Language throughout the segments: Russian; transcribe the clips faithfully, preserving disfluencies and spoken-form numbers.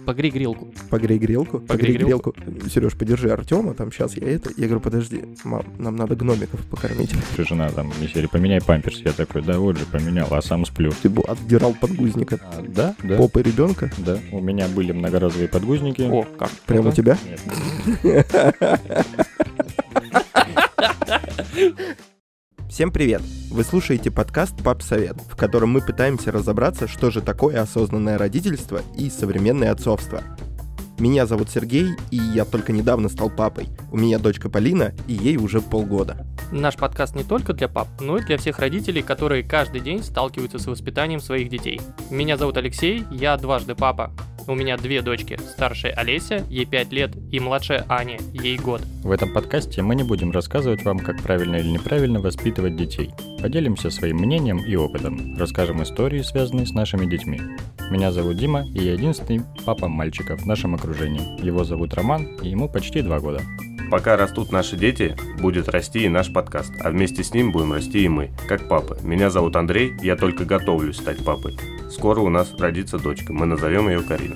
Погрей грелку. Погрей грелку? Погрей грелку. Сереж, подержи Артема, там сейчас я это. Я говорю, подожди, мам, нам надо гномиков покормить. Жена там, если поменяй памперс, я такой, да вот же поменял, а сам сплю. Ты бы отдирал подгузника А, да, да. попы ребенка? Да, у меня были многоразовые подгузники. О, как? Прямо у тебя? Нет. Всем привет! Вы слушаете подкаст «Пап Совет», в котором мы пытаемся разобраться, что же такое осознанное родительство и современное отцовство. Меня зовут Сергей, и я только недавно стал папой. У меня дочка Полина, и ей уже полгода. Наш подкаст не только для пап, но и для всех родителей, которые каждый день сталкиваются с воспитанием своих детей. Меня зовут Алексей, я дважды папа. У меня две дочки, старшая Олеся, ей пять лет, и младшая Аня, ей год. В этом подкасте мы не будем рассказывать вам, как правильно или неправильно воспитывать детей. Поделимся своим мнением и опытом. Расскажем истории, связанные с нашими детьми. Меня зовут Дима, и я единственный папа мальчика в нашем окружении. Его зовут Роман, и ему почти два года. Пока растут наши дети, будет расти и наш подкаст, а вместе с ним будем расти и мы, как папы. Меня зовут Андрей, я только готовлюсь стать папой. Скоро у нас родится дочка, мы назовем ее Карина.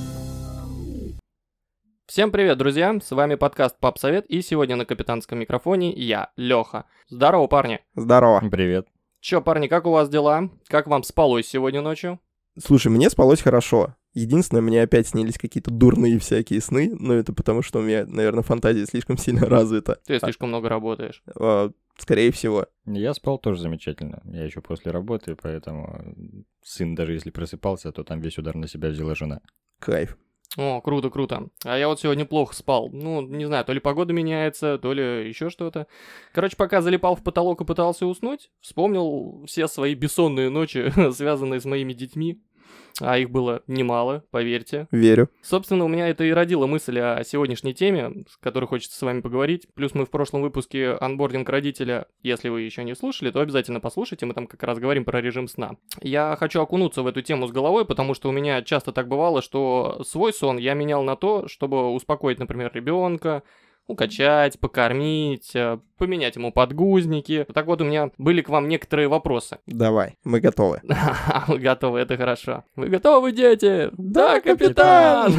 Всем привет, друзья, с вами подкаст «Пап Совет», и сегодня на капитанском микрофоне я, Леха. Здорово, парни. Здорово. Привет. Чё, парни, как у вас дела? Как вам спалось сегодня ночью? Слушай, мне спалось хорошо. Единственное, мне опять снились какие-то дурные всякие сны, но это потому, что у меня, наверное, фантазия слишком сильно развита. Ты слишком много работаешь. А, скорее всего. Я спал тоже замечательно. Я еще после работы, поэтому сын даже если просыпался, то там весь удар на себя взяла жена. Кайф. О, круто, круто. А я вот сегодня плохо спал. Ну, не знаю, то ли погода меняется, то ли еще что-то. Короче, пока залипал в потолок и пытался уснуть, вспомнил все свои бессонные ночи, связанные с моими детьми. А их было немало, поверьте. Верю. Собственно, у меня это и родило мысль о сегодняшней теме, с которой хочется с вами поговорить. Плюс мы в прошлом выпуске «Анбординг родителя», если вы еще не слушали, то обязательно послушайте, мы там как раз говорим про режим сна. Я хочу окунуться в эту тему с головой, потому что у меня часто так бывало, что свой сон я менял на то, чтобы успокоить, например, ребенка, укачать, покормить, поменять ему подгузники. Так вот, у меня были к вам некоторые вопросы. Давай, мы готовы. Вы готовы, это хорошо. Вы готовы, дети? Да, капитан!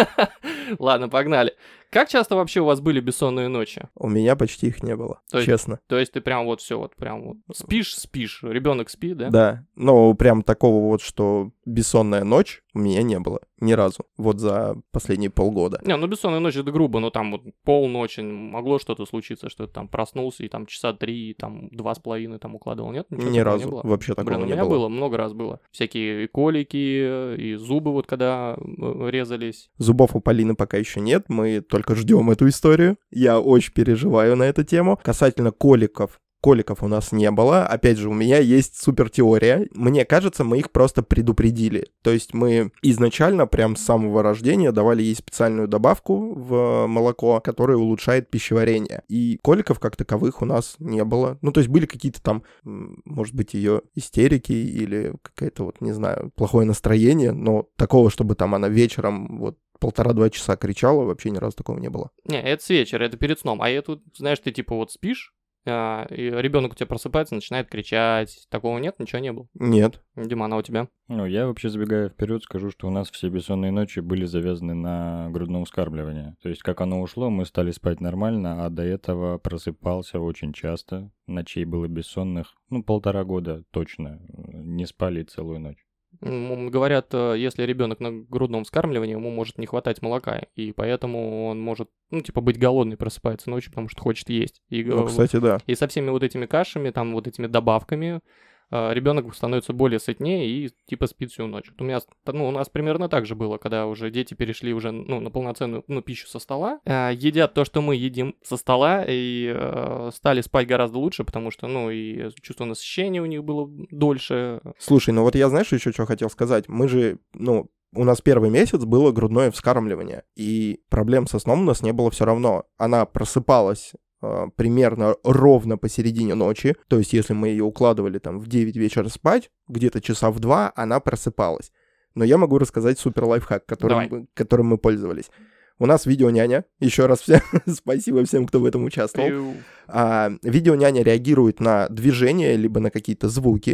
Ладно, погнали. Как часто вообще у вас были бессонные ночи? У меня почти их не было, То есть- честно. То есть ты прям вот все вот прям вот спишь, спишь, ребенок спит, да? Да, но прям такого вот, что бессонная ночь у меня не было ни разу. Вот за последние полгода. Не, ну бессонная ночь это грубо, но там вот полночи могло что-то случиться, что ты там проснулся и там часа три, там два с половиной там укладывал, нет? Ничего Ни такого разу не было? вообще такого Блин, у не меня было. было, много раз было. Всякие и колики, и зубы вот когда э, резались. Зубов у Полины пока еще нет, мы только ждем эту историю. Я очень переживаю на эту тему. Касательно коликов, коликов у нас не было. Опять же, у меня есть супер теория. Мне кажется, мы их просто предупредили. То есть мы изначально, прям с самого рождения, давали ей специальную добавку в молоко, которая улучшает пищеварение. И коликов как таковых у нас не было. Ну, то есть были какие-то там, м, может быть, ее истерики или какое-то вот, не знаю, плохое настроение, но такого, чтобы там она вечером вот полтора-два часа кричала, вообще ни разу такого не было. Не, это с вечера, это перед сном. А я тут, знаешь, ты типа вот спишь, а, и ребенок у тебя просыпается, начинает кричать. Такого нет, ничего не было. Нет. Диман, а у тебя? Ну, я вообще, забегая вперед, скажу, что у нас все бессонные ночи были завязаны на грудном вскармливании. То есть, как оно ушло, мы стали спать нормально, а до этого просыпался очень часто. Ночей было бессонных, ну, полтора года точно. Не спали целую ночь. М, Говорят, э, если ребенок на грудном вскармливании, ему может не хватать молока, и поэтому он может, ну, типа, быть голодный, просыпается ночью, потому что хочет есть. И, Ну, э, кстати, да. и со всеми вот этими кашами, там, вот этими добавками, э, ребенок становится более сытнее и, типа, спит всю ночь. Вот у меня, ну, у нас примерно так же было, когда уже дети перешли уже, ну, на полноценную, ну, пищу со стола, э, едят то, что мы едим со стола, и э, стали спать гораздо лучше, потому что, ну, и чувство насыщения у них было дольше. Слушай, ну вот я, знаешь, еще что хотел сказать? Мы же, ну, у нас первый месяц было грудное вскармливание, и проблем со сном у нас не было все равно. Она просыпалась э, примерно ровно посередине ночи, то есть если мы ее укладывали там в девять вечера спать, где-то часа в два она просыпалась. Но я могу рассказать супер лайфхак, которым, Давай. которым мы пользовались. У нас видеоняня, еще раз всем спасибо всем, кто в этом участвовал. А, видеоняня реагирует на движения, либо на какие-то звуки.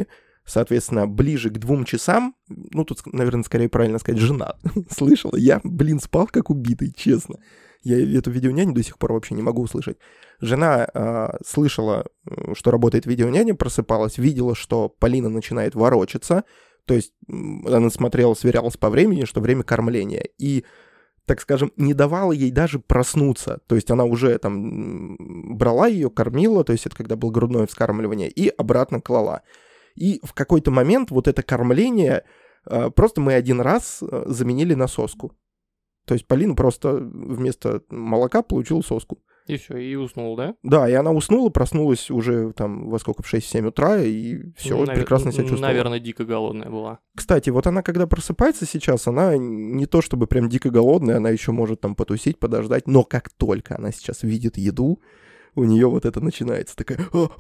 Соответственно, ближе к двум часам, ну, тут, наверное, скорее правильно сказать, жена слышала. Я, блин, спал как убитый, честно. Я эту видеоняню до сих пор вообще не могу услышать. Жена э, слышала, что работает видеоняня, просыпалась, видела, что Полина начинает ворочаться. То есть она смотрела, сверялась по времени, что время кормления. И, так скажем, не давала ей даже проснуться. То есть она уже там брала ее, кормила, то есть это когда было грудное вскармливание, и обратно клала. И в какой-то момент вот это кормление, э, просто мы один раз заменили на соску. То есть Полина просто вместо молока получила соску. И все, и уснул, да? Да, и она уснула, проснулась уже там во сколько, в шесть-семь утра, и все, Навер... прекрасно себя чувствовала. Наверное, дико голодная была. Кстати, вот она, когда просыпается сейчас, она не то чтобы прям дико голодная, она еще может там потусить, подождать, но как только она сейчас видит еду, у нее вот это начинается такая...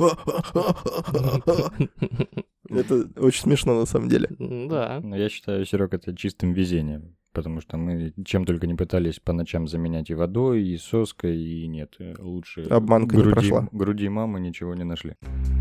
Это очень смешно на самом деле. Да. Но я считаю, Серег, это чистым везением. Потому что мы чем только не пытались по ночам заменять и водой, и соской, и нет, лучше... Обманка груди, не прошла. Груди мамы ничего не нашли.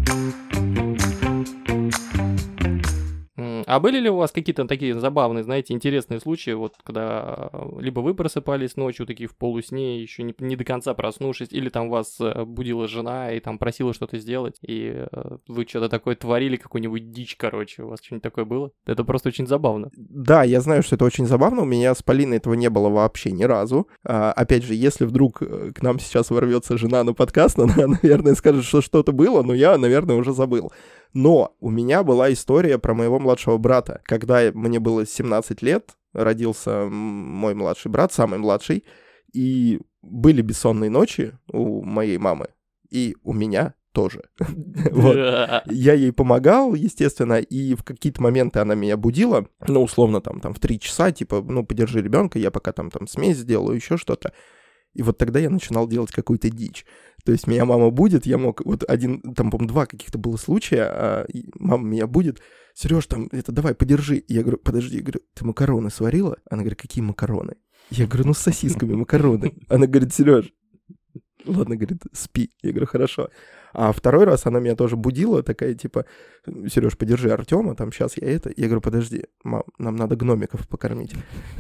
А были ли у вас какие-то такие забавные, знаете, интересные случаи, вот когда либо вы просыпались ночью, такие в полусне, еще не, не до конца проснувшись, или там вас будила жена и там просила что-то сделать, и вы что-то такое творили, какую-нибудь дичь, короче, у вас что-нибудь такое было? Это просто очень забавно. Да, я знаю, что это очень забавно, у меня с Полиной этого не было вообще ни разу. А, опять же, если вдруг к нам сейчас ворвется жена на подкаст, она, наверное, скажет, что что-то было, но я, наверное, уже забыл. Но у меня была история про моего младшего брата. Когда мне было семнадцать лет, родился мой младший брат, самый младший, и были бессонные ночи у моей мамы, и у меня тоже. Я ей помогал, естественно, и в какие-то моменты она меня будила, ну, условно, там, там в три часа, типа, ну, подержи ребенка, я пока там, там смесь сделаю, еще что-то. И вот тогда я начинал делать какую-то дичь. То есть меня мама будет, я мог... Вот один, там, по-моему, два каких-то было случая, а мама меня будет. Сереж, там, это, давай, подержи. И я говорю, подожди, я говорю, ты макароны сварила? Она говорит, какие макароны? Я говорю, ну, с сосисками макароны. Она говорит, Сереж, ладно, говорит, спи. Я говорю, хорошо. А второй раз она меня тоже будила, такая, типа, Сереж, подержи Артема, там, сейчас я это. Я говорю, подожди, мам, нам надо гномиков покормить.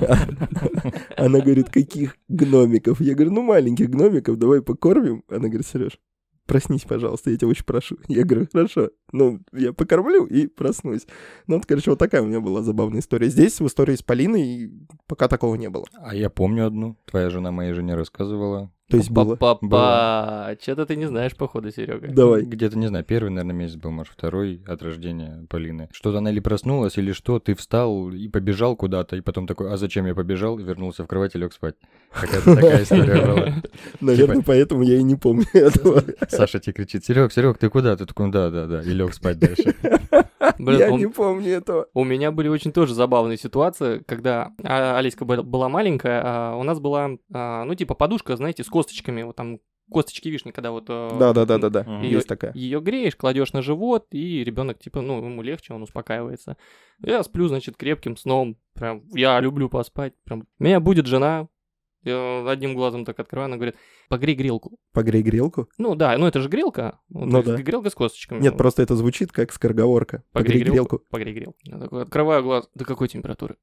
Она говорит, каких гномиков? Я говорю, ну, маленьких гномиков, давай покормим. Она говорит, Сереж, проснись, пожалуйста, я тебя очень прошу. Я говорю, хорошо. Ну, я покормлю и проснусь. Ну, вот, короче, вот такая у меня была забавная история. Здесь в истории с Полиной пока такого не было. А я помню одну. Твоя жена моей жене рассказывала. То есть было? Папа, что-то ты не знаешь, походу, Серега. Давай. Где-то, не знаю, первый, наверное, месяц был, может, второй от рождения Полины. Что-то она или проснулась, или что, ты встал и побежал куда-то, и потом такой, а зачем я побежал? И вернулся в кровать и лег спать. Какая-то такая история была. Наверное, поэтому я и не помню этого. Саша тебе кричит, Серег, Серег, ты куда? Ты такой, да, да, да, и лег спать дальше. Я не помню этого. У меня были очень тоже забавные ситуации, когда Олеська была маленькая, у нас была, ну, типа подушка, знаете, с косточками, вот там косточки вишни, когда вот... Да-да-да-да, есть такая. Ее греешь, кладешь на живот, и ребенок, типа, ну, ему легче, он успокаивается. Я сплю, значит, крепким сном, прям, я люблю поспать, прям. Меня будет жена, я одним глазом так открываю, она говорит, погрей грелку. Погрей грелку? Ну да, ну это же грелка. Ну да. Грелка с косточками. Нет, просто это звучит как скороговорка. Погрей грелку. Погрей грелку. Я такой открываю глаз. До какой температуры?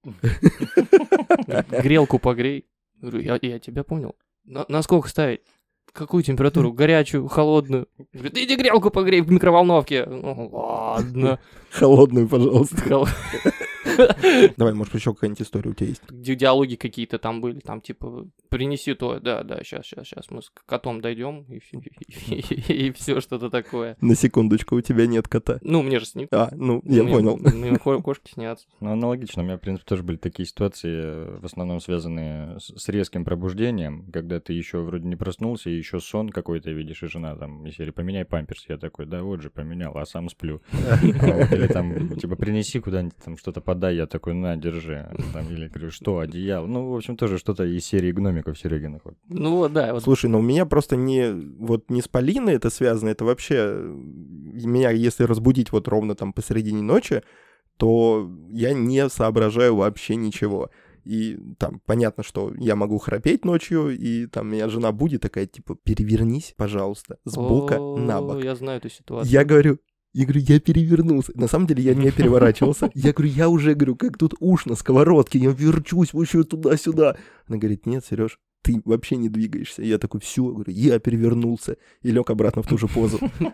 Грелку погрей. Говорю, я тебя понял. Насколько ставить? Какую температуру? Горячую, холодную? Говорит, иди грелку погрей в микроволновке. Ладно. Холодную, пожалуйста. Давай, может, еще какая-нибудь история у тебя есть? Диалоги какие-то там были, там типа, принеси то, да, да, сейчас, сейчас, сейчас, мы с котом дойдем, и, и, и, и все что-то такое. На секундочку, у тебя нет кота. Ну, мне же снится. А, ну, я мне, понял. Мне кошки снятся. Ну, аналогично, у меня, в принципе, тоже были такие ситуации, в основном связанные с, с резким пробуждением, когда ты еще вроде не проснулся, и еще сон какой-то видишь, и жена там, из серии, поменяй памперс, я такой, да вот же, поменял, а сам сплю. Или там, типа, принеси куда-нибудь, там, что-то подай, я такой, на, держи. Там, или говорю, что, одеяло? Ну, в общем, тоже что-то из серии гномиков Серегиных. Вот. Ну, вот, да. Вот. Слушай, ну у меня просто не, вот не с Полиной это связано, это вообще, меня если разбудить вот ровно там посередине ночи, то я не соображаю вообще ничего. И там понятно, что я могу храпеть ночью, и там меня жена будет такая, типа, перевернись, пожалуйста, с бока О, на бок. Я знаю эту ситуацию. Я говорю, Я говорю, я перевернулся. На самом деле я не переворачивался. Я говорю, я уже, говорю, как тут уж на сковородке, я верчусь вообще туда-сюда. Она говорит, нет, Сереж, ты вообще не двигаешься. Я такой, все, говорю, я перевернулся. И лег обратно в ту же позу.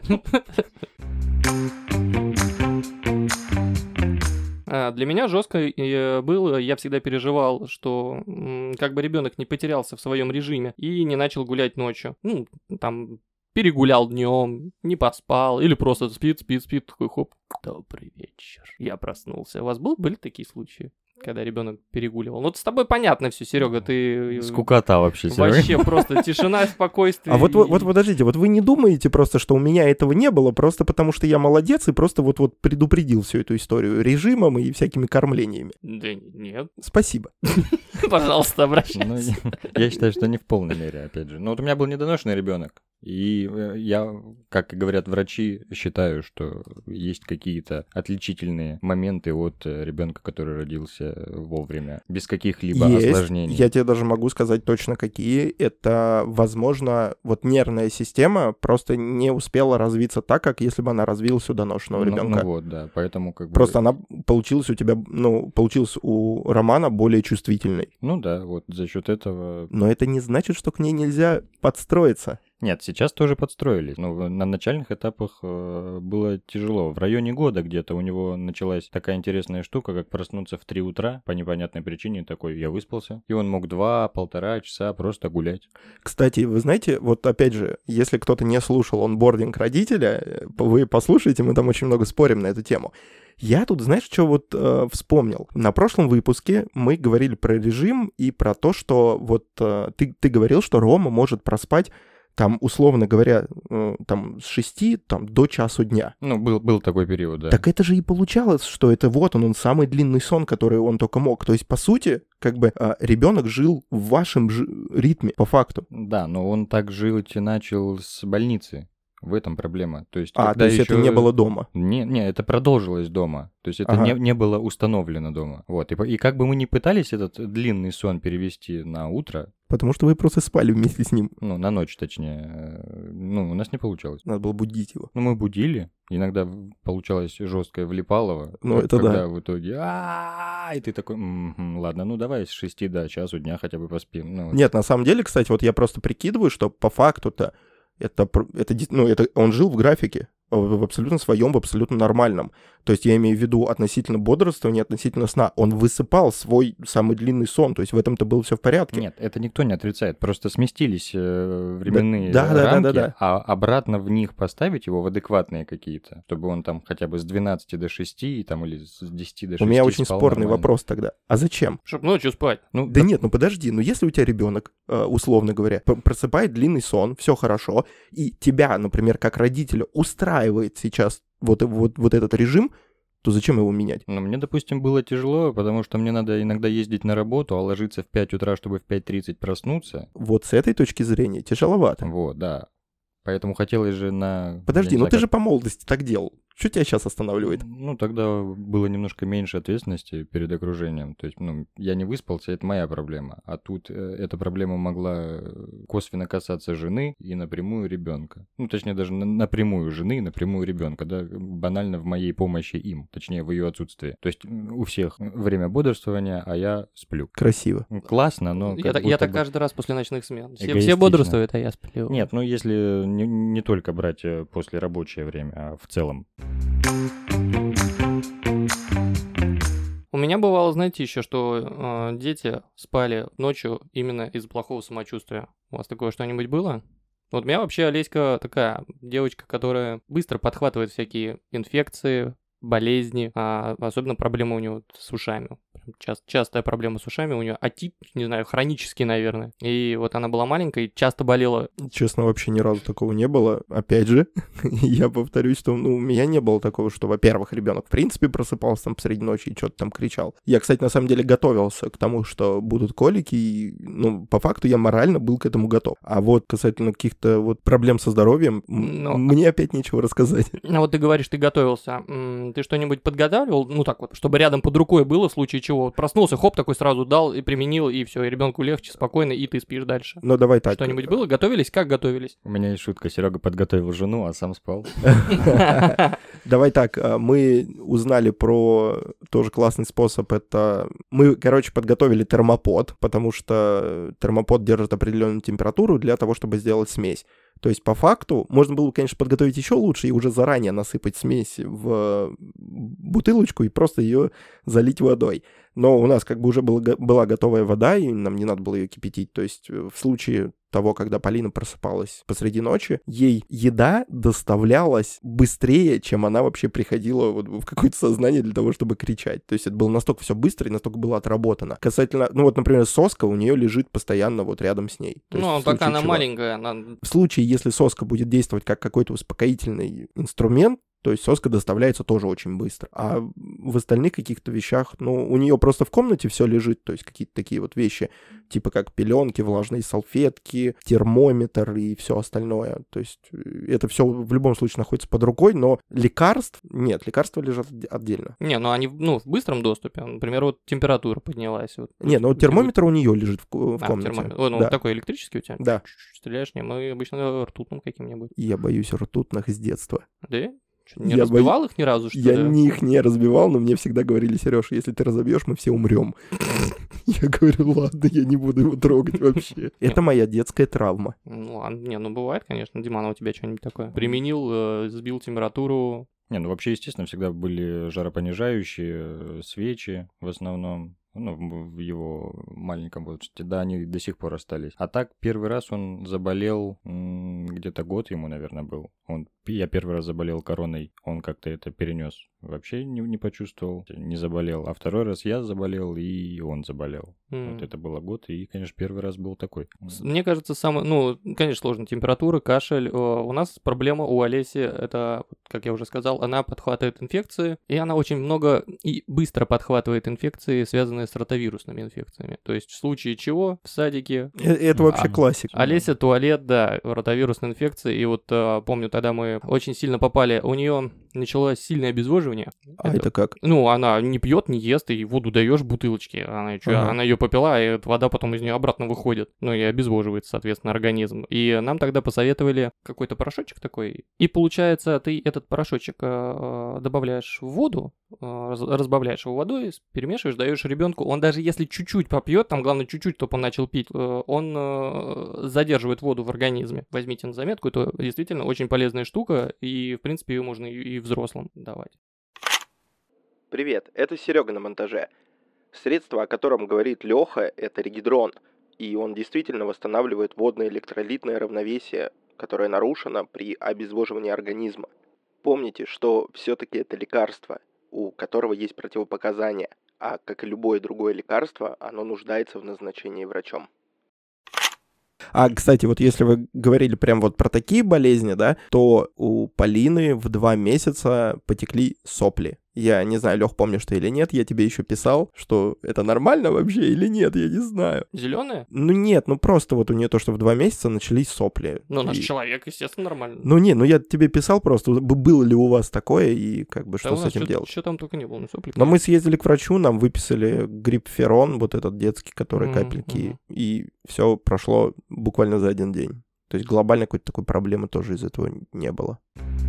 Для меня жестко было, я всегда переживал, что как бы ребенок не потерялся в своем режиме и не начал гулять ночью. Ну, там, перегулял днем, не поспал, или просто спит, спит, спит, такой хоп, добрый вечер, я проснулся. У вас был, были такие случаи, когда ребенок перегуливал? Ну, вот с тобой понятно все, Серега, ты... Скукота вообще, Серега. Вообще просто тишина и спокойствие. А вот, вот, вот подождите, вот вы не думаете просто, что у меня этого не было, просто потому что я молодец и просто вот-вот предупредил всю эту историю режимом и всякими кормлениями? Да нет. Спасибо. Пожалуйста, обращайся. Я считаю, что не в полной мере, опять же. Ну, вот у меня был недоношенный ребенок. И я, как говорят врачи, считаю, что есть какие-то отличительные моменты от ребенка, который родился вовремя, без каких-либо есть. осложнений. Я тебе даже могу сказать точно какие. Это, возможно, вот нервная система просто не успела развиться так, как если бы она развилась у доношенного ну, ребенка. Ну вот, да, поэтому как бы... Просто она получилась у тебя, ну, получилась у Романа более чувствительной. Ну да, вот за счет этого... Но это не значит, что к ней нельзя подстроиться. Нет, сейчас тоже подстроились. Но на начальных этапах э, было тяжело. В районе года где-то у него началась такая интересная штука, как проснуться в три утра по непонятной причине. Такой, я выспался. И он мог два-полтора часа просто гулять. Кстати, вы знаете, вот опять же, если кто-то не слушал онбординг родителя, вы послушайте, мы там очень много спорим на эту тему. Я тут, знаешь, что вот э, вспомнил? На прошлом выпуске мы говорили про режим и про то, что вот э, ты, ты говорил, что Рома может проспать там, условно говоря, там, с шести там, до часу дня. Ну, был, был такой период, да. Так это же и получалось, что это вот он, он самый длинный сон, который он только мог. То есть, по сути, как бы ребенок жил в вашем ж... ритме, по факту. Да, но он так жить начал с больницы. В этом проблема. То есть, а, то есть еще... это не было дома? Не, не, это продолжилось дома. То есть это ага. не, не было установлено дома. Вот. И, и как бы мы ни пытались этот длинный сон перевести на утро... Потому что вы просто спали вместе с ним. Ну, на ночь, точнее. Ну, у нас не получалось. Надо было будить его. Ну, мы будили. Иногда получалось жесткое влипалово. Ну, это когда да. в итоге... И ты такой, ладно, ну давай с шести до часу дня хотя бы поспим. Нет, на самом деле, кстати, вот я просто прикидываю, что по факту-то Это, это, ну, это, он жил в графике, в абсолютно своем, в абсолютно нормальном. То есть я имею в виду относительно бодрствования, относительно сна. Он высыпал свой самый длинный сон, то есть в этом-то было все в порядке. Нет, это никто не отрицает, просто сместились э, временные да, да, рамки, да, да, да. а обратно в них поставить его в адекватные какие-то, чтобы он там хотя бы с двенадцати до шести там, или с десяти до шести У меня очень спал спорный нормально. Вопрос тогда. А зачем? Чтоб ночью спать. Ну, да, да нет, ну подожди, ну если у тебя ребенок, условно говоря, просыпает длинный сон, все хорошо, и тебя, например, как родителя устраивает сейчас вот, вот, вот этот режим, то зачем его менять? Ну, мне, допустим, было тяжело, потому что мне надо иногда ездить на работу, а ложиться в пять утра, чтобы в пять тридцать проснуться. Вот с этой точки зрения тяжеловато. Вот, да. Поэтому хотелось же на... Подожди, ну знаю, ты как... же по молодости так делал. Что тебя сейчас останавливает? Ну, тогда было немножко меньше ответственности перед окружением. То есть, ну, я не выспался, это моя проблема. А тут э, эта проблема могла косвенно касаться жены и напрямую ребенка. Ну, точнее, даже на- напрямую жены и напрямую ребенка, да, банально в моей помощи им, точнее, в ее отсутствии. То есть, у всех время бодрствования, а я сплю. Красиво. Классно, но... Я, так, я так каждый раз после ночных смен. Все, все эгоистично. бодрствуют, а я сплю. Нет, ну, если не, не только брать после рабочее время, а в целом. У меня бывало, знаете, еще, что э, дети спали ночью именно из-за плохого самочувствия. У вас такое что-нибудь было? Вот у меня вообще Олеська такая девочка, которая быстро подхватывает всякие инфекции, болезни, а особенно проблемы у нее с ушами. Част, частая проблема с ушами у нее, отит, не знаю, хронический, наверное. И вот она была маленькая и часто болела. Честно, вообще ни разу такого не было. Опять же, я повторюсь, что ну, у меня не было такого, что, во-первых, ребенок в принципе просыпался там посреди ночи и что-то там кричал. Я, кстати, на самом деле готовился к тому, что будут колики, и, ну, по факту я морально был к этому готов. А вот касательно каких-то вот проблем со здоровьем, Но... мне опять нечего рассказать. Ну вот ты говоришь, ты готовился. Ты что-нибудь подготавливал? Ну так вот, чтобы рядом под рукой было, в случае чего чего? Проснулся, хоп, такой сразу дал и применил, и все, и ребенку легче, спокойно, и ты спишь дальше. Ну, давай так. Что-нибудь было? Готовились? Как готовились? У меня есть шутка. Серега подготовил жену, а сам спал. Давай так, мы узнали про тоже классный способ. Это мы, короче, подготовили термопод, потому что термопод держит определенную температуру для того, чтобы сделать смесь. То есть, по факту, можно было, конечно, подготовить еще лучше и уже заранее насыпать смесь в бутылочку и просто ее залить водой. Но у нас как бы уже была, была готовая вода, и нам не надо было ее кипятить. То есть, в случае того, когда Полина просыпалась посреди ночи, ей еда доставлялась быстрее, чем она вообще приходила вот в какое-то сознание для того, чтобы кричать. То есть, это было настолько все быстро и настолько было отработано. Касательно, ну вот, например, соска у нее лежит постоянно вот рядом с ней. То ну, есть, так она чего? маленькая. Она... В случае, если соска будет действовать как какой-то успокоительный инструмент, то есть соска доставляется тоже очень быстро. А в остальных каких-то вещах, ну, у нее просто в комнате все лежит, то есть какие-то такие вот вещи, типа как пеленки, влажные салфетки, термометр и все остальное. То есть это все в любом случае находится под рукой, но лекарств нет, лекарства лежат отдельно. Не, ну они ну, в быстром доступе. Например, вот температура поднялась. Вот, не, ну термометр у нее лежит в, в а, комнате. Термометр. О, ну да. такой электрический у тебя? Да. Чуть-чуть стреляешь, не, мы обычно ртутным каким-нибудь. Я боюсь ртутных с детства. Да? Что, не я разбивал бо... их ни разу, что Я ли? ни их не разбивал, но мне всегда говорили: Сереж, если ты разобьешь, мы все умрем. Я говорю: ладно, я не буду его трогать вообще. Это моя детская травма. Ну ладно, не, ну бывает, конечно. Диман, а у тебя что-нибудь такое? Применил, сбил температуру? Не, ну вообще, естественно, всегда были жаропонижающие свечи в основном. Ну, в его маленьком возрасте, да, они до сих пор остались. А так, первый раз он заболел, м- где-то год ему, наверное, был. Он, я первый раз заболел короной, он как-то это перенес. Вообще не, не почувствовал, не заболел. А второй раз я заболел, и он заболел. Mm. Вот это было год, и, конечно, первый раз был такой. Мне кажется, самое, ну, конечно, сложно. Температура, кашель. У нас проблема у Олеси, это, как я уже сказал, она подхватывает инфекции, и она очень много и быстро подхватывает инфекции, связанные с ротовирусными инфекциями. То есть в случае чего в садике... Это вообще а, классика. Олеся, туалет, да, ротовирусные инфекции. И вот а, помню, тогда мы очень сильно попали, у нее началось сильное обезвоживание. А это, это как? Ну, она не пьет, не ест, и воду даешь в бутылочке. Она, ага. она ее попила, и вода потом из нее обратно выходит. Ну, и обезвоживает, соответственно, организм. И нам тогда посоветовали какой-то порошочек такой. И получается, ты этот порошочек э, добавляешь в воду, э, разбавляешь его водой, перемешиваешь, даешь ребенку. Он даже если чуть-чуть попьет, там главное чуть-чуть, чтобы он начал пить, э, он э, задерживает воду в организме. Возьмите на заметку, это действительно очень полезная штука, и, в принципе, ее можно и, и взрослым давать. Привет, это Серега на монтаже. Средство, о котором говорит Леха, это регидрон, и он действительно восстанавливает водно-электролитное равновесие, которое нарушено при обезвоживании организма. Помните, что все-таки это лекарство, у которого есть противопоказания, а как и любое другое лекарство, оно нуждается в назначении врачом. А, кстати, вот если вы говорили прям вот про такие болезни, да, то у Полины в два месяца потекли сопли. Я не знаю, Лёх, помнишь ты или нет, я тебе еще писал, что это нормально вообще или нет, я не знаю. Зеленые? Ну нет, ну просто вот у нее то, что в два месяца начались сопли. Ну, наш и... человек, естественно, нормально. Ну не, ну я тебе писал просто, было ли у вас такое и как бы что да с этим что, делать. Что там только не было, ну сопли. Но мы съездили к врачу, нам выписали грипферон, вот этот детский, который mm-hmm, капельки, mm-hmm. и все прошло буквально за один день. То есть глобально какой-то такой проблемы тоже из этого не было.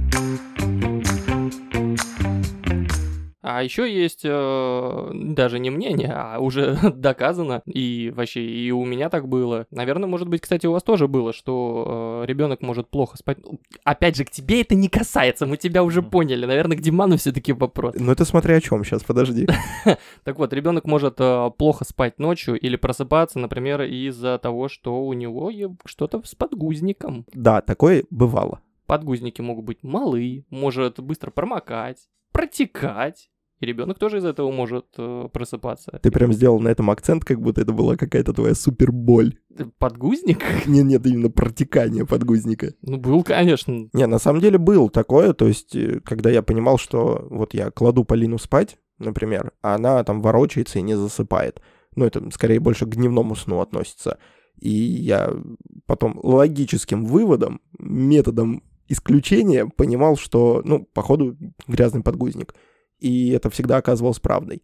А еще есть э, даже не мнение, а уже доказано, и вообще и у меня так было. Наверное, может быть, кстати, у вас тоже было, что э, ребенок может плохо спать. Опять же, к тебе это не касается, мы тебя уже поняли. Наверное, к Диману все-таки вопрос. Ну это смотри о чем сейчас, подожди. Так вот, ребенок может э, плохо спать ночью или просыпаться, например, из-за того, что у него что-то с подгузником. Да, такое бывало. Подгузники могут быть малые, может быстро промокать, протекать. И ребенок тоже из этого может э, просыпаться. Ты прям сделал на этом акцент, как будто это была какая-то твоя суперболь. Подгузник? Нет, нет, именно протекание подгузника. Ну, был, конечно. Не, на самом деле был такое, то есть, когда я понимал, что вот я кладу Полину спать, например, а она там ворочается и не засыпает. Ну, это скорее больше к дневному сну относится. И я потом логическим выводом, методом исключения понимал, что, ну, походу, грязный подгузник. И это всегда оказывалось правдой.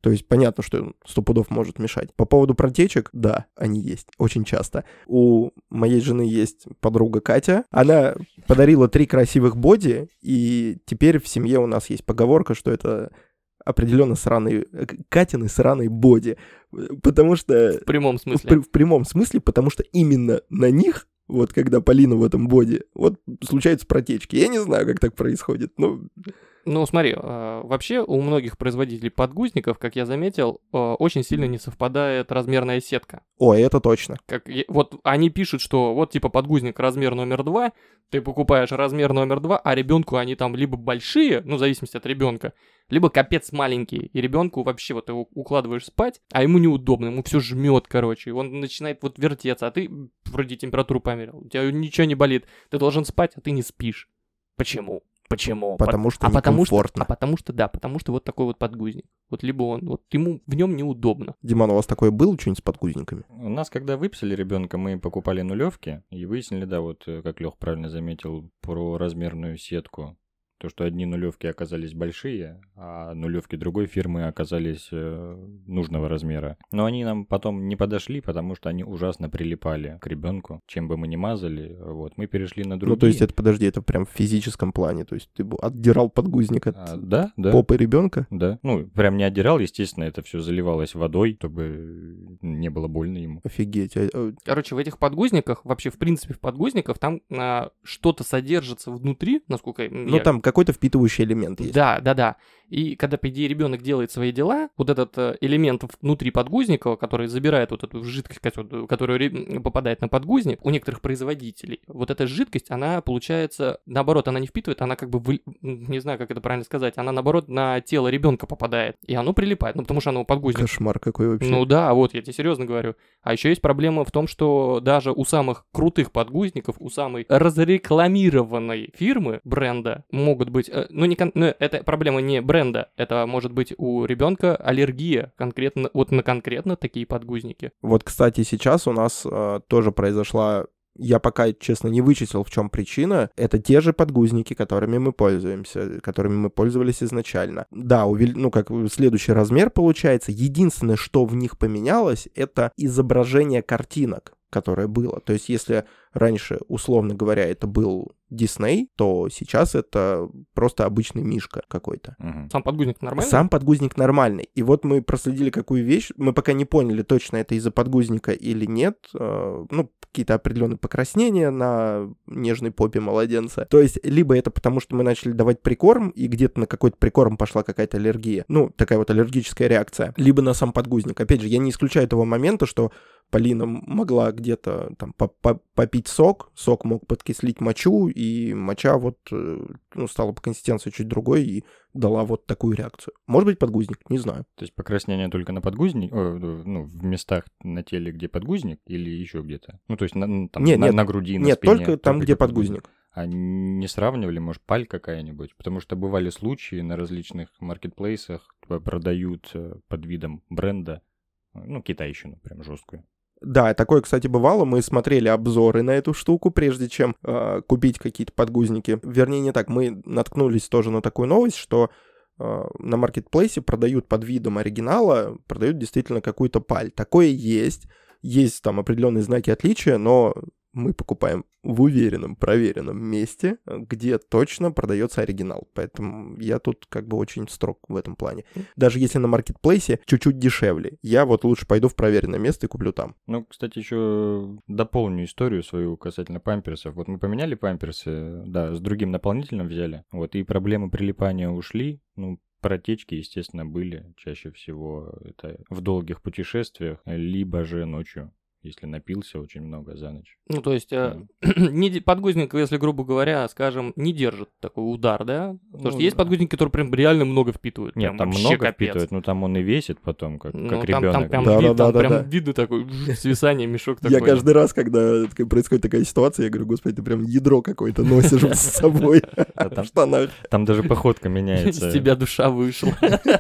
То есть понятно, что сто пудов может мешать. По поводу протечек, да, они есть, очень часто. У моей жены есть подруга Катя. Она подарила три красивых боди, и теперь в семье у нас есть поговорка, что это определенно сраный, Катины сраный боди. Потому что... В прямом смысле. В, в прямом смысле, потому что именно на них, вот когда Полина в этом боди, вот случаются протечки. Я не знаю, как так происходит, но... Ну, смотри, вообще у многих производителей подгузников, как я заметил, очень сильно не совпадает размерная сетка. О, это точно. Как, вот они пишут, что вот типа подгузник размер номер два, ты покупаешь размер номер два, а ребенку они там либо большие, ну, в зависимости от ребенка, либо капец маленькие, и ребенку вообще вот его укладываешь спать, а ему неудобно, ему все жмет, короче, и он начинает вот вертеться, а ты вроде температуру померил, у тебя ничего не болит, ты должен спать, а ты не спишь. Почему? Почему? Потому По- что а потому что, некомфортно. а потому что, да, потому что вот такой вот подгузник. Вот либо он, вот ему в нем неудобно. Диман, у вас такое было что-нибудь с подгузниками? У нас, когда выписали ребенка, мы покупали нулевки и выяснили, да, вот как Лех правильно заметил, про размерную сетку. То, что одни нулевки оказались большие, а нулевки другой фирмы оказались э, нужного размера. Но они нам потом не подошли, потому что они ужасно прилипали к ребенку. Чем бы мы ни мазали, вот, мы перешли на другие. Ну, то есть это, подожди, это прям в физическом плане, то есть ты бы отдирал подгузник от А, да, да. попы ребенка? Да. Ну, прям не отдирал, естественно, это все заливалось водой, чтобы не было больно ему. Офигеть. а- а- Короче, в этих подгузниках, вообще, в принципе, в подгузниках, там а, что-то содержится внутри, насколько... Ну, там какой-то впитывающий элемент есть. Да, да, да. И когда, по идее, ребенок делает свои дела, вот этот э, элемент внутри подгузника, который забирает вот эту жидкость, которую которая ре- попадает на подгузник, у некоторых производителей, вот эта жидкость, она, получается, наоборот, она не впитывает, она как бы, вы... не знаю, как это правильно сказать, она, наоборот, на тело ребенка попадает, и оно прилипает, ну, потому что оно подгузник. Кошмар какой вообще. Ну да, вот, я тебе серьезно говорю. А еще есть проблема в том, что даже у самых крутых подгузников, у самой разрекламированной фирмы, бренда, могут быть... э, Ну, не кон- ну, это проблема не бренда, это может быть у ребенка аллергия конкретно, вот на конкретно такие подгузники. Вот, кстати, сейчас у нас э, тоже произошла... Я пока, честно, не вычислил, в чем причина. Это те же подгузники, которыми мы пользуемся, которыми мы пользовались изначально. Да, увел... ну, как следующий размер получается. Единственное, что в них поменялось, это изображение картинок, которое было. То есть, если раньше, условно говоря, это был Дисней, то сейчас это просто обычный мишка какой-то. Угу. Сам подгузник нормальный? Сам подгузник нормальный. И вот мы проследили какую вещь, мы пока не поняли, точно это из-за подгузника или нет. Э, ну, какие-то определенные покраснения на нежной попе младенца. То есть, либо это потому, что мы начали давать прикорм, и где-то на какой-то прикорм пошла какая-то аллергия. Ну, такая вот аллергическая реакция. Либо на сам подгузник. Опять же, я не исключаю того момента, что Полина могла где-то там попить сок, сок мог подкислить мочу, и моча вот ну, стала по консистенции чуть другой и дала вот такую реакцию. Может быть, подгузник, не знаю. То есть покраснение только на подгузник, о, ну, в местах на теле, где подгузник, или еще где-то? Ну, то есть на, там, нет, на, нет, на груди, на нет, спине? только там, где подгузник. А не сравнивали, может, паль какая-нибудь? Потому что бывали случаи на различных маркетплейсах, продают под видом бренда, ну, китайщину прям жесткую. Да, такое, кстати, бывало. Мы смотрели обзоры на эту штуку, прежде чем э, купить какие-то подгузники. Вернее, не так. Мы наткнулись тоже на такую новость, что э, на маркетплейсе продают под видом оригинала, продают действительно какую-то паль. Такое есть. Есть там определенные знаки отличия, но мы покупаем в уверенном, проверенном месте, где точно продается оригинал. Поэтому я тут как бы очень строг в этом плане. Даже если на маркетплейсе чуть-чуть дешевле, я вот лучше пойду в проверенное место и куплю там. Ну, кстати, еще дополню историю свою касательно памперсов. Вот мы поменяли памперсы, да, с другим наполнителем взяли, вот, и проблемы прилипания ушли, ну, протечки, естественно, были чаще всего это в долгих путешествиях, либо же ночью, если напился очень много за ночь. Ну, то есть, э, не, подгузник, если, грубо говоря, скажем, не держит такой удар, да? Потому Ну, что есть да. подгузники, которые прям реально много впитывают. Нет, прям там вообще много капец. впитывает, но там он и весит потом, как, Ну, как там, ребенок. там прям, Да, вид- да, там да, прям да. видно такой свисание, мешок такой. Я каждый раз, когда такая- происходит такая ситуация, я говорю, господи, ты прям ядро какое-то носишь с собой в штанах. Там даже походка Из меняется. тебя душа вышла.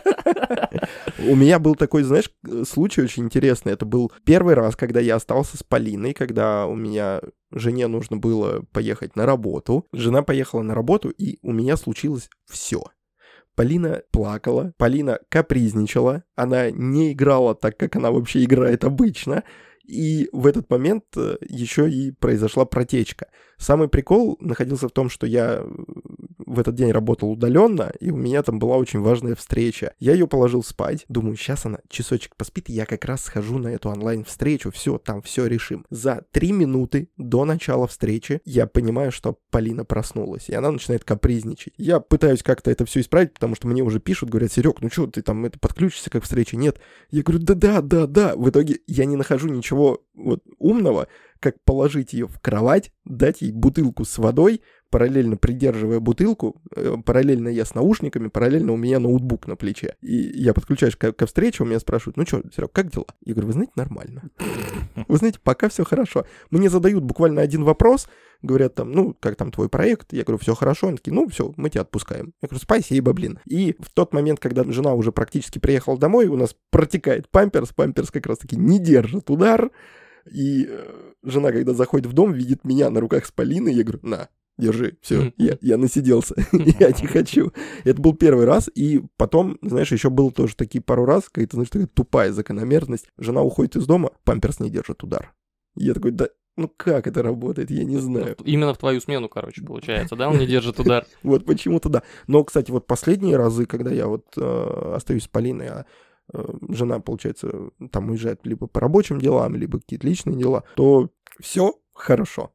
У меня был такой, знаешь, случай очень интересный. Это был первый раз, когда я остался с Полиной, когда у меня жене нужно было поехать на работу. Жена поехала на работу, и у меня случилось все. Полина плакала, Полина капризничала, она не играла так, как она вообще играет обычно. И в этот момент еще и произошла протечка. Самый прикол находился в том, что я в этот день работал удаленно, и у меня там была очень важная встреча. Я ее положил спать. Думаю, сейчас она часочек поспит, и я как раз схожу на эту онлайн-встречу. Все, там все решим. За три минуты до начала встречи я понимаю, что Полина проснулась, и она начинает капризничать. Я пытаюсь как-то это все исправить, потому что мне уже пишут, говорят: Серег, ну что, ты там это подключишься как к встрече? Нет. Я говорю: да-да, да-да. В итоге я не нахожу ничего вот умного, как положить ее в кровать, дать ей бутылку с водой, параллельно придерживая бутылку, э, параллельно я с наушниками, параллельно у меня ноутбук на плече. И я подключаюсь ко, ко встрече, у меня спрашивают: ну что, Серег, как дела? Я говорю: вы знаете, нормально. Вы знаете, пока все хорошо. Мне задают буквально один вопрос, говорят там: ну, как там твой проект? Я говорю: все хорошо. Они такие: ну, все, мы тебя отпускаем. Я говорю: спасибо, блин. И в тот момент, когда жена уже практически приехала домой, у нас протекает памперс, памперс как раз-таки не держит удар. И э, жена, когда заходит в дом, видит меня на руках с Полиной, я говорю: на, держи, все, я, я насиделся, я не хочу. Это был первый раз, и потом, знаешь, еще было тоже такие пару раз, какая-то, знаешь, такая тупая закономерность. Жена уходит из дома, памперс не держит удар. Я такой: да, ну как это работает, я не знаю. Именно в твою смену, короче, получается, да, он не держит удар. Вот почему-то да. Но, кстати, вот последние разы, когда я вот э, остаюсь с Полиной, а э, жена, получается, там уезжает либо по рабочим делам, либо какие-то личные дела, то все хорошо.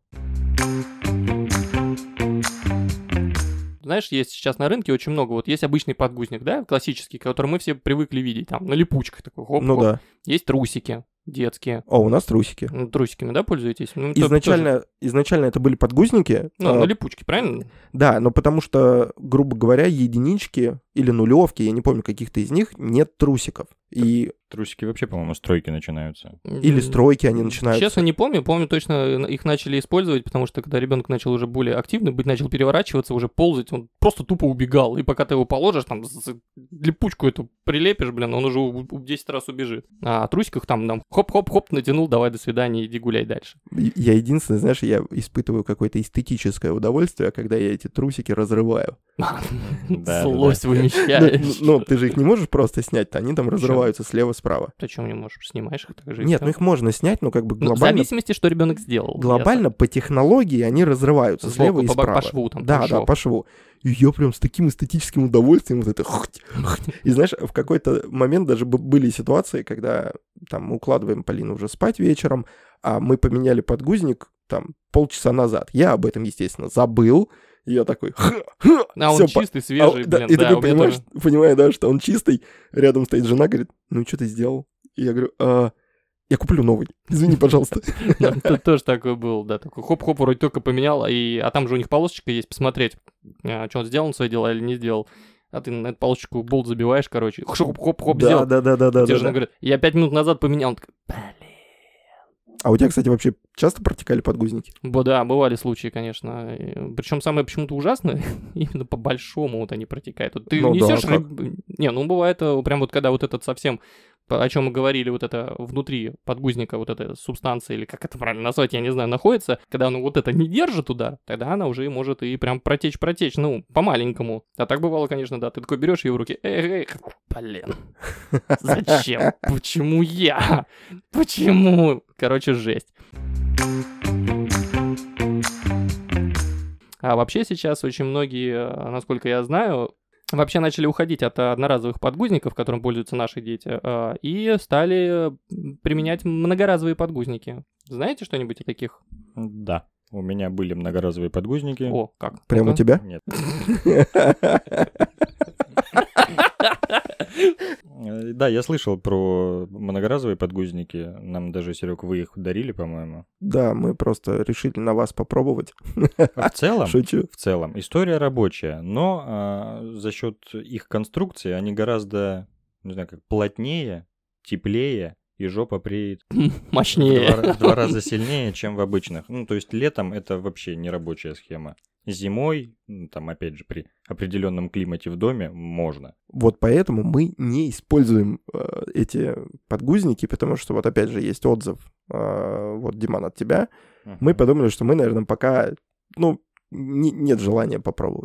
Знаешь, есть сейчас на рынке очень много, вот есть обычный подгузник, да, классический, который мы все привыкли видеть, там, на липучках такой, хоп-хоп. Ну да. Есть трусики детские. О, у нас трусики. Ну, трусиками, да, пользуетесь? Ну, Изначально, тоже... изначально это были подгузники. Ну, а, на липучке, правильно? Да, но потому что, грубо говоря, единички или нулевки, я не помню, каких-то из них, нет трусиков. И... Трусики вообще, по-моему, с тройки начинаются. Или с тройки они начинаются. Честно, не помню. Помню точно, их начали использовать, потому что когда ребенок начал уже более активный быть, начал переворачиваться, уже ползать, он просто тупо убегал. И пока ты его положишь, там, липучку эту прилепишь, блин, он уже в десять раз убежит. А о трусиках там, там хоп-хоп-хоп, натянул, давай, до свидания, иди гуляй дальше. Я единственное, знаешь, я испытываю какое-то эстетическое удовольствие, когда я эти трусики разрываю. Злость вымещаешь. Ну, ты же их не можешь просто снять-то, они там разрываются слева-справа. Почему не можешь? Снимаешь их так же? Нет, ну их можно снять, но как бы глобально... В зависимости, что ребенок сделал. Глобально по технологии они разрываются слева и справа. По шву там. Да, да, по шву. И я прям с таким эстетическим удовольствием вот это... И знаешь, в какой-то момент даже были ситуации, когда там мы укладываем Полину уже спать вечером, а мы поменяли подгузник там полчаса назад. Я об этом, естественно, забыл. И я такой... А он чистый, свежий, а, блин, да. И такой, понимаешь, понимаю, да, что он чистый. Рядом стоит жена, говорит: ну что ты сделал? И я говорю: а, я куплю новый. Извини, пожалуйста. Тут тоже такой был, да, такой хоп-хоп, вроде только поменял, а там же у них полосочка есть, посмотреть, что он сделал свои дела или не сделал. А ты на эту полосочку болт забиваешь, короче, хоп-хоп-хоп сделал. Да-да-да-да-да. Жена говорит: я пять минут назад поменял. Он такой: блин. А у тебя, кстати, вообще часто протекали подгузники? Бо, да, бывали случаи, конечно. Причем самое почему-то ужасное, именно по большому вот они протекают. Вот ты ну, несешь... Да, как... Не, ну бывает прям вот когда вот этот совсем, о чем мы говорили, вот это внутри подгузника, вот эта субстанция, или как это правильно назвать, я не знаю, находится, когда оно вот это не держит удар, тогда она уже может и прям протечь-протечь, ну, по-маленькому. А так бывало, конечно, да, ты такой берешь ее в руки, эй, эй, блин, зачем? Почему я? Почему? Короче, жесть. А вообще сейчас очень многие, насколько я знаю, вообще начали уходить от одноразовых подгузников, которым пользуются наши дети, и стали применять многоразовые подгузники. Знаете что-нибудь о таких? Да. У меня были многоразовые подгузники. О, как? Прямо у тебя? Нет. Да, я слышал про многоразовые подгузники. Нам даже, Серег, вы их дарили, по-моему. Да, мы просто решили на вас попробовать. В целом, Шучу. В целом, история рабочая, но а, за счет их конструкции они гораздо, не знаю, как плотнее, теплее, и жопа преет мощнее. В два, в два раза сильнее, чем в обычных. Ну, то есть летом это вообще не рабочая схема. Зимой, там, опять же, при определенном климате в доме можно. Вот поэтому мы не используем э, эти подгузники, потому что, вот опять же, есть отзыв, э, вот, Диман, от тебя. Uh-huh. Мы подумали, что мы, наверное, пока, ну, не, нет желания попробовать.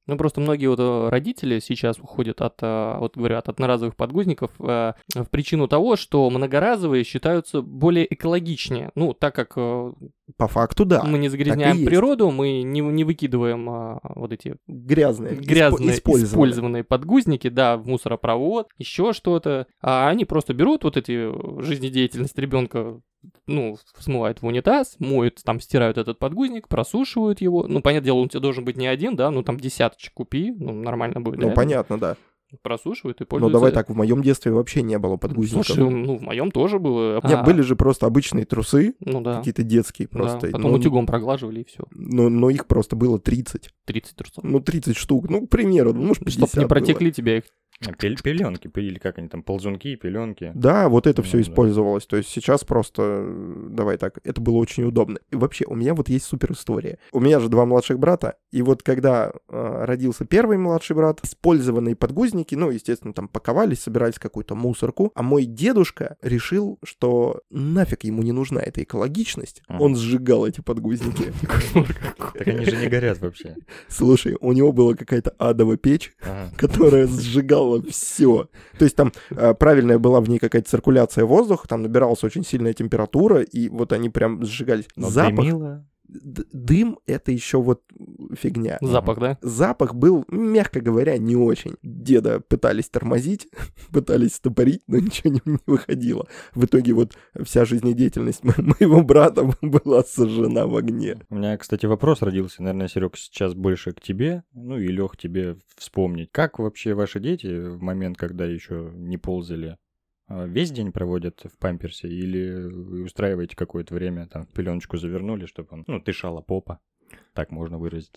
Ну, просто многие вот э, родители сейчас уходят от, э, вот говорю, от одноразовых подгузников э, в причину того, что многоразовые считаются более экологичнее. Ну, так как э, По факту, да. мы не так и загрязняем есть. природу, мы не, не выкидываем э, вот эти Грязные, грязные испо- использованные. использованные подгузники, да, в мусоропровод, еще что-то. А они просто берут вот эти жизнедеятельность ребенка, ну, смывают в унитаз, моют, там, стирают этот подгузник, просушивают его. Ну, понятное дело, он у тебя должен быть не один, да, ну, там, десяточек купи, ну, нормально будет, Ну, да? понятно, да. Просушивают и Но пользуются. давай так, в моем детстве вообще не было подгузников. Слушай, ну, в моем тоже было. Нет, А, были же просто обычные трусы, ну, да. какие-то детские Да, просто. потом но, утюгом проглаживали, и все. но, но их просто было тридцать. тридцать трусов. Ну, тридцать штук. Ну, к примеру, ну, может, пятьдесят Чтоб не протекли тебя их. Пел- Пеленки, или как они там, ползунки, пеленки. Да, вот это Ну, все да. использовалось. То есть сейчас просто, э, давай так, это было очень удобно. И вообще, у меня вот есть супер история. У меня же два младших брата, и вот когда э, родился первый младший брат, использованные подгузники, ну, естественно, там паковались, собирались в какую-то мусорку, а мой дедушка решил, что нафиг ему не нужна эта экологичность, Ага. он сжигал эти подгузники. Так они же не горят вообще. Слушай, у него была какая-то адовая печь, Ага. которая сжигала все. То есть там э, правильная была в ней какая-то циркуляция воздуха, там набиралась очень сильная температура, и вот они прям сжигались. Но Запах, дымило. д- дым — это еще вот фигня. Запах, да? Запах был, мягко говоря, не очень. Деда пытались тормозить, пытались стопорить, но ничего не, не выходило. В итоге вот вся жизнедеятельность мо- моего брата была сожжена в огне. У меня, кстати, вопрос родился, наверное, Серег, сейчас больше к тебе, ну и Лех, тебе вспомнить. Как вообще ваши дети в момент, когда еще не ползали, а, весь день проводят в памперсе или вы устраиваете какое-то время, там, в пеленочку завернули, чтобы он, ну, дышала попа, так можно выразить.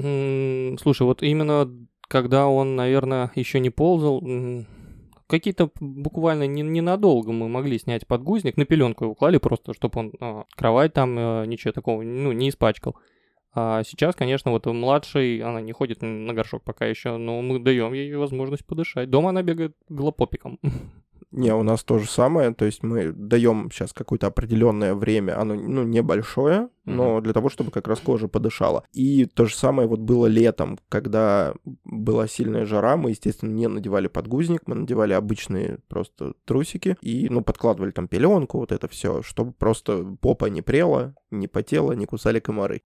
М, Слушай, вот именно когда он, наверное, еще не ползал, м, какие-то буквально не- ненадолго мы могли снять подгузник, на пеленку его клали просто, чтобы он а, кровать там а, ничего такого, ну, не испачкал. А сейчас, конечно, вот младший, она не ходит на горшок пока еще, но мы даем ей возможность подышать. Дома она бегает голопопиком. Не, у нас то же самое, то есть мы даем сейчас какое-то определенное время, оно, ну, небольшое, но для того, чтобы как раз кожа подышала. И то же самое вот было летом, когда была сильная жара, мы, естественно, не надевали подгузник, мы надевали обычные просто трусики и, ну, подкладывали там пеленку, вот это все, чтобы просто попа не прела, не потела, не кусали комары.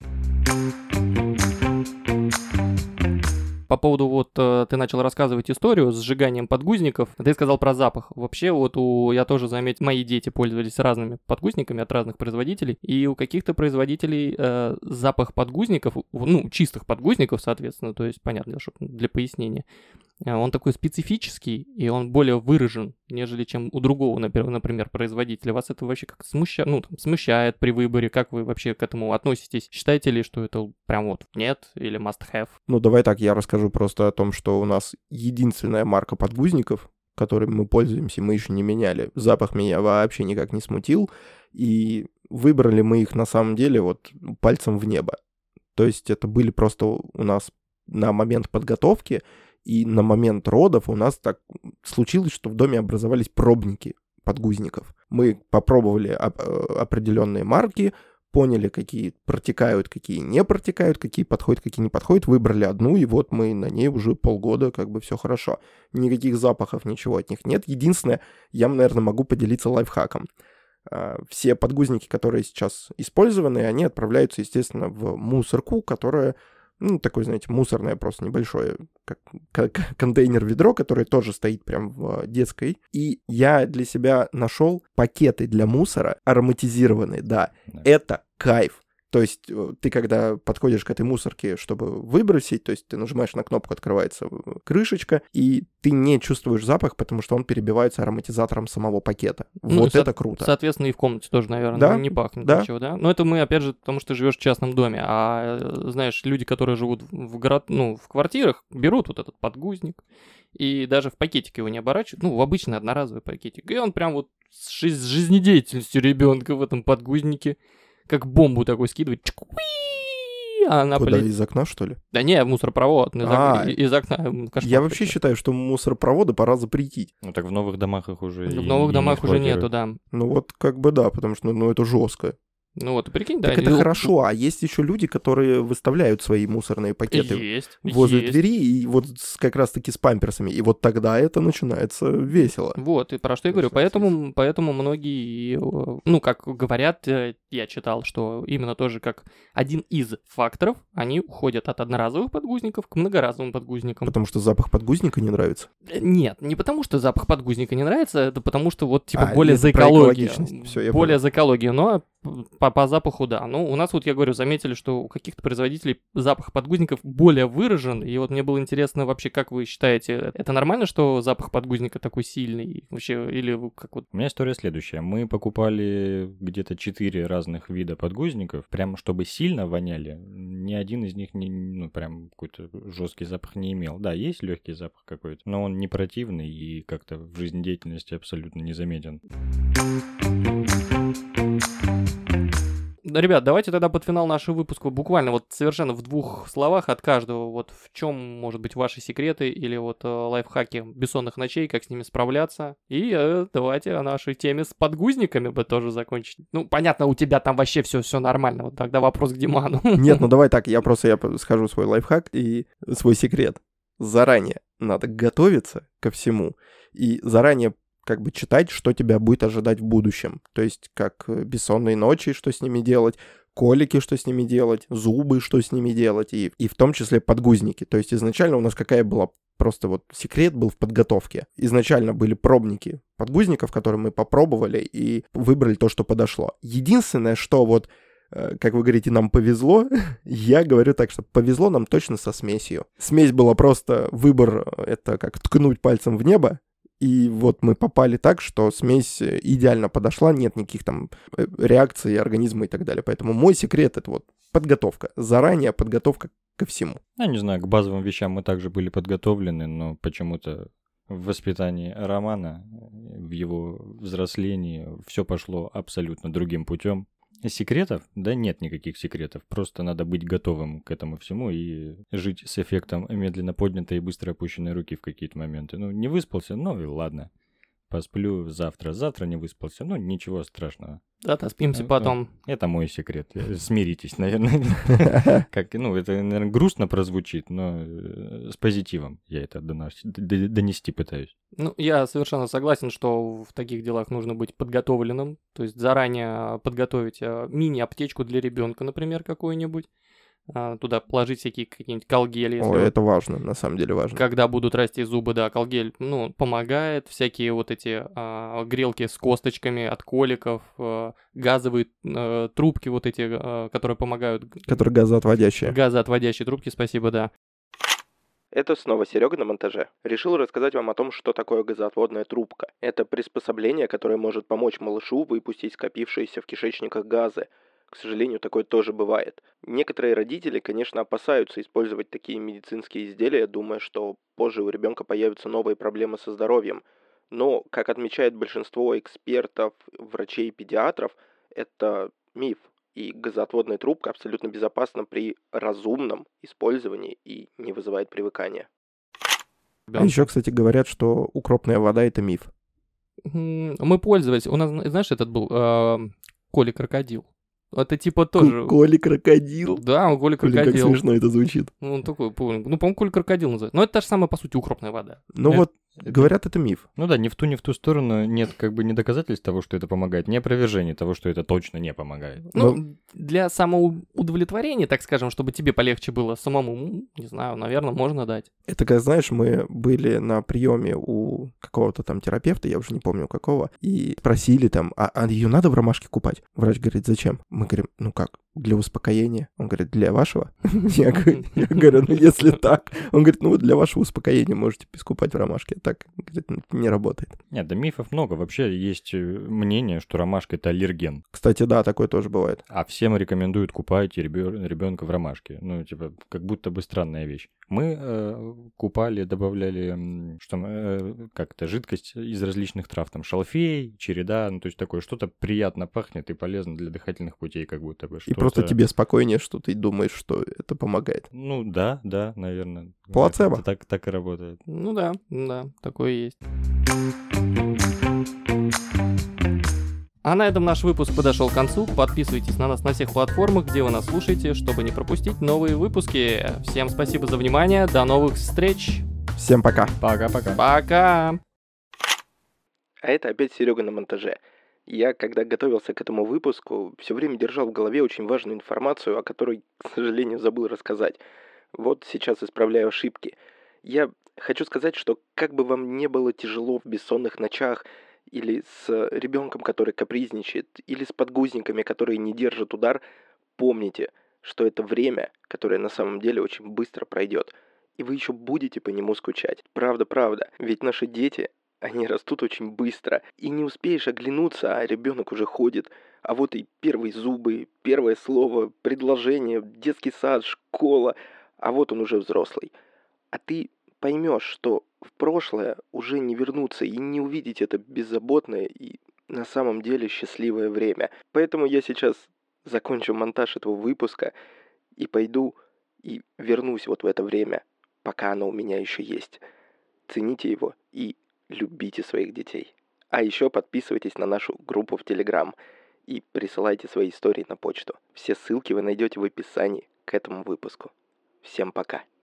По поводу вот э, ты начал рассказывать историю с сжиганием подгузников, ты сказал про запах. Вообще вот у я тоже заметил, мои дети пользовались разными подгузниками от разных производителей, и у каких-то производителей э, запах подгузников, ну чистых подгузников, соответственно, то есть понятно, что для пояснения, э, он такой специфический и он более выражен, нежели чем у другого, например, например производителя. Вас это вообще как смущает, ну там, смущает при выборе? Как вы вообще к этому относитесь? Считаете ли, что это прям вот нет или must have? Ну, давай так, я расскажу просто о том, что у нас единственная марка подгузников, которой мы пользуемся, мы еще не меняли. Запах меня вообще никак не смутил, и выбрали мы их на самом деле вот пальцем в небо. То есть это были просто у нас на момент подготовки и на момент родов у нас так случилось, что в доме образовались пробники подгузников. Мы попробовали оп- определенные марки, поняли, какие протекают, какие не протекают, какие подходят, какие не подходят, выбрали одну, и вот мы на ней уже полгода, как бы все хорошо. Никаких запахов, ничего от них нет. Единственное, я, наверное, могу поделиться лайфхаком. Все подгузники, которые сейчас использованы, они отправляются, естественно, в мусорку, которая, ну, такой, знаете, мусорное просто небольшое, как, как контейнер-ведро, которое тоже стоит прям в детской. И я для себя нашел пакеты для мусора ароматизированные, да. Да. Это кайф. То есть ты, когда подходишь к этой мусорке, чтобы выбросить, то есть ты нажимаешь на кнопку, открывается крышечка, и ты не чувствуешь запах, потому что он перебивается ароматизатором самого пакета. Ну, Вот со- это круто. Соответственно, и в комнате тоже, наверное, Да, не пахнет да. ничего, да? Но это мы, опять же, потому что ты живешь в частном доме. А, э, знаешь, люди, которые живут в город, ну, в квартирах, берут вот этот подгузник и даже в пакетик его не оборачивают, ну, в обычный одноразовый пакетик. И он прям вот с жи- с жизнедеятельностью ребенка в этом подгузнике, как бомбу такой скидывает. Чуи! А она Куда, полетит. из окна, что ли? Да не, в мусоропровод. Из, А, окна- из окна. м, кошмар Я вообще какой-то. считаю, что мусоропроводы пора запретить. Ну так в новых домах их уже В и- новых и не домах уже эксплуатируют. нету, да. Ну вот как бы да, потому что, ну, это жестко. Ну вот, прикинь, да. Так это ну, хорошо, а есть еще люди, которые выставляют свои мусорные пакеты Есть, возле есть. двери, и вот с- как раз-таки с памперсами, и вот тогда это начинается весело. Вот, и про что я говорю. Поэтому, поэтому многие, э, ну, как говорят, э, я читал, что именно тоже как один из факторов, они уходят от одноразовых подгузников к многоразовым подгузникам. Потому что запах подгузника не нравится. Э, Нет, не потому что запах подгузника не нравится, это потому что вот типа А, более это за про экологию. экологичность. Всё, я более понял. за экологию, но по, по запаху, да. Ну, у нас вот, я говорю, заметили, что у каких-то производителей запах подгузников более выражен, и вот мне было интересно вообще, как вы считаете, это нормально, что запах подгузника такой сильный? Вообще, или вы как вот... У меня история следующая. Мы покупали где-то четыре разных вида подгузников, прям чтобы сильно воняли. Ни один из них не, ну, прям какой-то жесткий запах не имел. Да, есть легкий запах какой-то, но он не противный и как-то в жизнедеятельности абсолютно не заметен. Да, ребят, давайте тогда под финал нашего выпуска буквально вот совершенно в двух словах от каждого, вот в чем, может быть, ваши секреты или вот э, лайфхаки бессонных ночей, как с ними справляться. И э, давайте о нашей теме с подгузниками бы тоже закончить. Ну, понятно, у тебя там вообще все все нормально, вот тогда вопрос к Диману. Нет, ну давай так, я просто я скажу свой лайфхак и свой секрет. Заранее надо готовиться ко всему и заранее как бы читать, что тебя будет ожидать в будущем. То есть, как бессонные ночи, что с ними делать, колики, что с ними делать, зубы, что с ними делать, и, и в том числе подгузники. То есть, изначально у нас какая была просто вот секрет был в подготовке. Изначально были пробники подгузников, которые мы попробовали и выбрали то, что подошло. Единственное, что вот, как вы говорите, нам повезло, я говорю так, что повезло нам точно со смесью. Смесь была просто выбор, это как ткнуть пальцем в небо, и вот мы попали так, что смесь идеально подошла, нет никаких там реакций организма и так далее. Поэтому мой секрет — это вот подготовка, заранее подготовка ко всему. Я не знаю, к базовым вещам мы также были подготовлены, но почему-то в воспитании Романа, в его взрослении все пошло абсолютно другим путем. Секретов? Да нет никаких секретов. Просто надо быть готовым к этому всему и жить с эффектом медленно поднятой и быстро опущенной руки в какие-то моменты. Ну, не выспался? Ну и ладно. Посплю завтра. Завтра не выспался? Ну, ничего страшного. Да-то, спимся потом. Это мой секрет. Смиритесь, наверное. Как, ну, это, наверное, грустно прозвучит, но с позитивом я это донести пытаюсь. Ну, я совершенно согласен, что в таких делах нужно быть подготовленным. То есть заранее подготовить мини-аптечку для ребенка, например, какую-нибудь. Туда положить всякие какие-нибудь колгели. О, это важно, на самом деле важно. Когда будут расти зубы, да, колгель, ну, помогает. Всякие вот эти а, грелки с косточками от коликов, а, газовые а, трубки вот эти, а, которые помогают. Которые газоотводящие. Газоотводящие трубки, спасибо, да. Это снова Серега на монтаже. Решил рассказать вам о том, что такое газоотводная трубка. Это приспособление, которое может помочь малышу выпустить скопившиеся в кишечниках газы. К сожалению, такое тоже бывает. Некоторые родители, конечно, опасаются использовать такие медицинские изделия, думая, что позже у ребенка появятся новые проблемы со здоровьем. Но, как отмечает большинство экспертов, врачей и педиатров, это миф. И газоотводная трубка абсолютно безопасна при разумном использовании и не вызывает привыкания. А еще, кстати, говорят, что укропная вода — это миф. Мы пользовались, у нас, знаешь, этот был э, Коли-крокодил. Это типа тоже... Коли-крокодил? Да, он Коли-крокодил. Блин, как смешно это звучит. Ну, он такой, помню. Ну, по-моему, Коли-крокодил называется. Но это та же самая, по сути, укропная вода. Ну это... вот, говорят, это миф. Ну да, ни в ту, ни в ту сторону нет как бы не доказательств того, что это помогает, ни опровержения того, что это точно не помогает. Ну, Но... для самоудовлетворения, так скажем, чтобы тебе полегче было самому, не знаю, наверное, можно дать. Это, как знаешь, мы были на приеме у какого-то там терапевта, я уже не помню у какого, и спросили там, а, а ее надо в ромашке купать? Врач говорит, зачем? Мы говорим, ну как, для успокоения? Он говорит, для вашего? Я говорю, ну если так. Он говорит, ну для вашего успокоения можете искупать в ромашке. Так, говорит, не работает. Нет, да мифов много. Вообще есть мнение, что ромашка — это аллерген. Кстати, да, такое тоже бывает. А всем рекомендуют купать ребенка в ромашке. Ну, типа, как будто бы странная вещь. Мы э, купали, добавляли, что э, как-то жидкость из различных трав, там шалфей, череда, ну, то есть такое что-то приятно пахнет и полезно для дыхательных путей, как будто бы. И просто тебе спокойнее, что ты думаешь, что это помогает. Ну, да, да, наверное. Плацебо. Так, так и работает. Ну да, да, такое есть. А на этом наш выпуск подошел к концу. Подписывайтесь на нас на всех платформах, где вы нас слушаете, чтобы не пропустить новые выпуски. Всем спасибо за внимание, до новых встреч. Всем пока. Пока-пока. Пока. А это опять Серега на монтаже. Я, когда готовился к этому выпуску, все время держал в голове очень важную информацию, о которой, к сожалению, забыл рассказать. Вот сейчас исправляю ошибки. Я хочу сказать, что как бы вам не было тяжело в бессонных ночах, или с ребенком, который капризничает, или с подгузниками, которые не держат удар, помните, что это время, которое на самом деле очень быстро пройдет, и вы еще будете по нему скучать. Правда-правда, ведь наши дети... Они растут очень быстро, и не успеешь оглянуться, а ребенок уже ходит. А вот и первые зубы, первое слово, предложение, детский сад, школа, а вот он уже взрослый. А ты поймешь, что в прошлое уже не вернуться и не увидеть это беззаботное и на самом деле счастливое время. Поэтому я сейчас закончу монтаж этого выпуска и пойду и вернусь вот в это время, пока оно у меня еще есть. Цените его и любите своих детей. А еще подписывайтесь на нашу группу в Телеграм и присылайте свои истории на почту. Все ссылки вы найдете в описании к этому выпуску. Всем пока.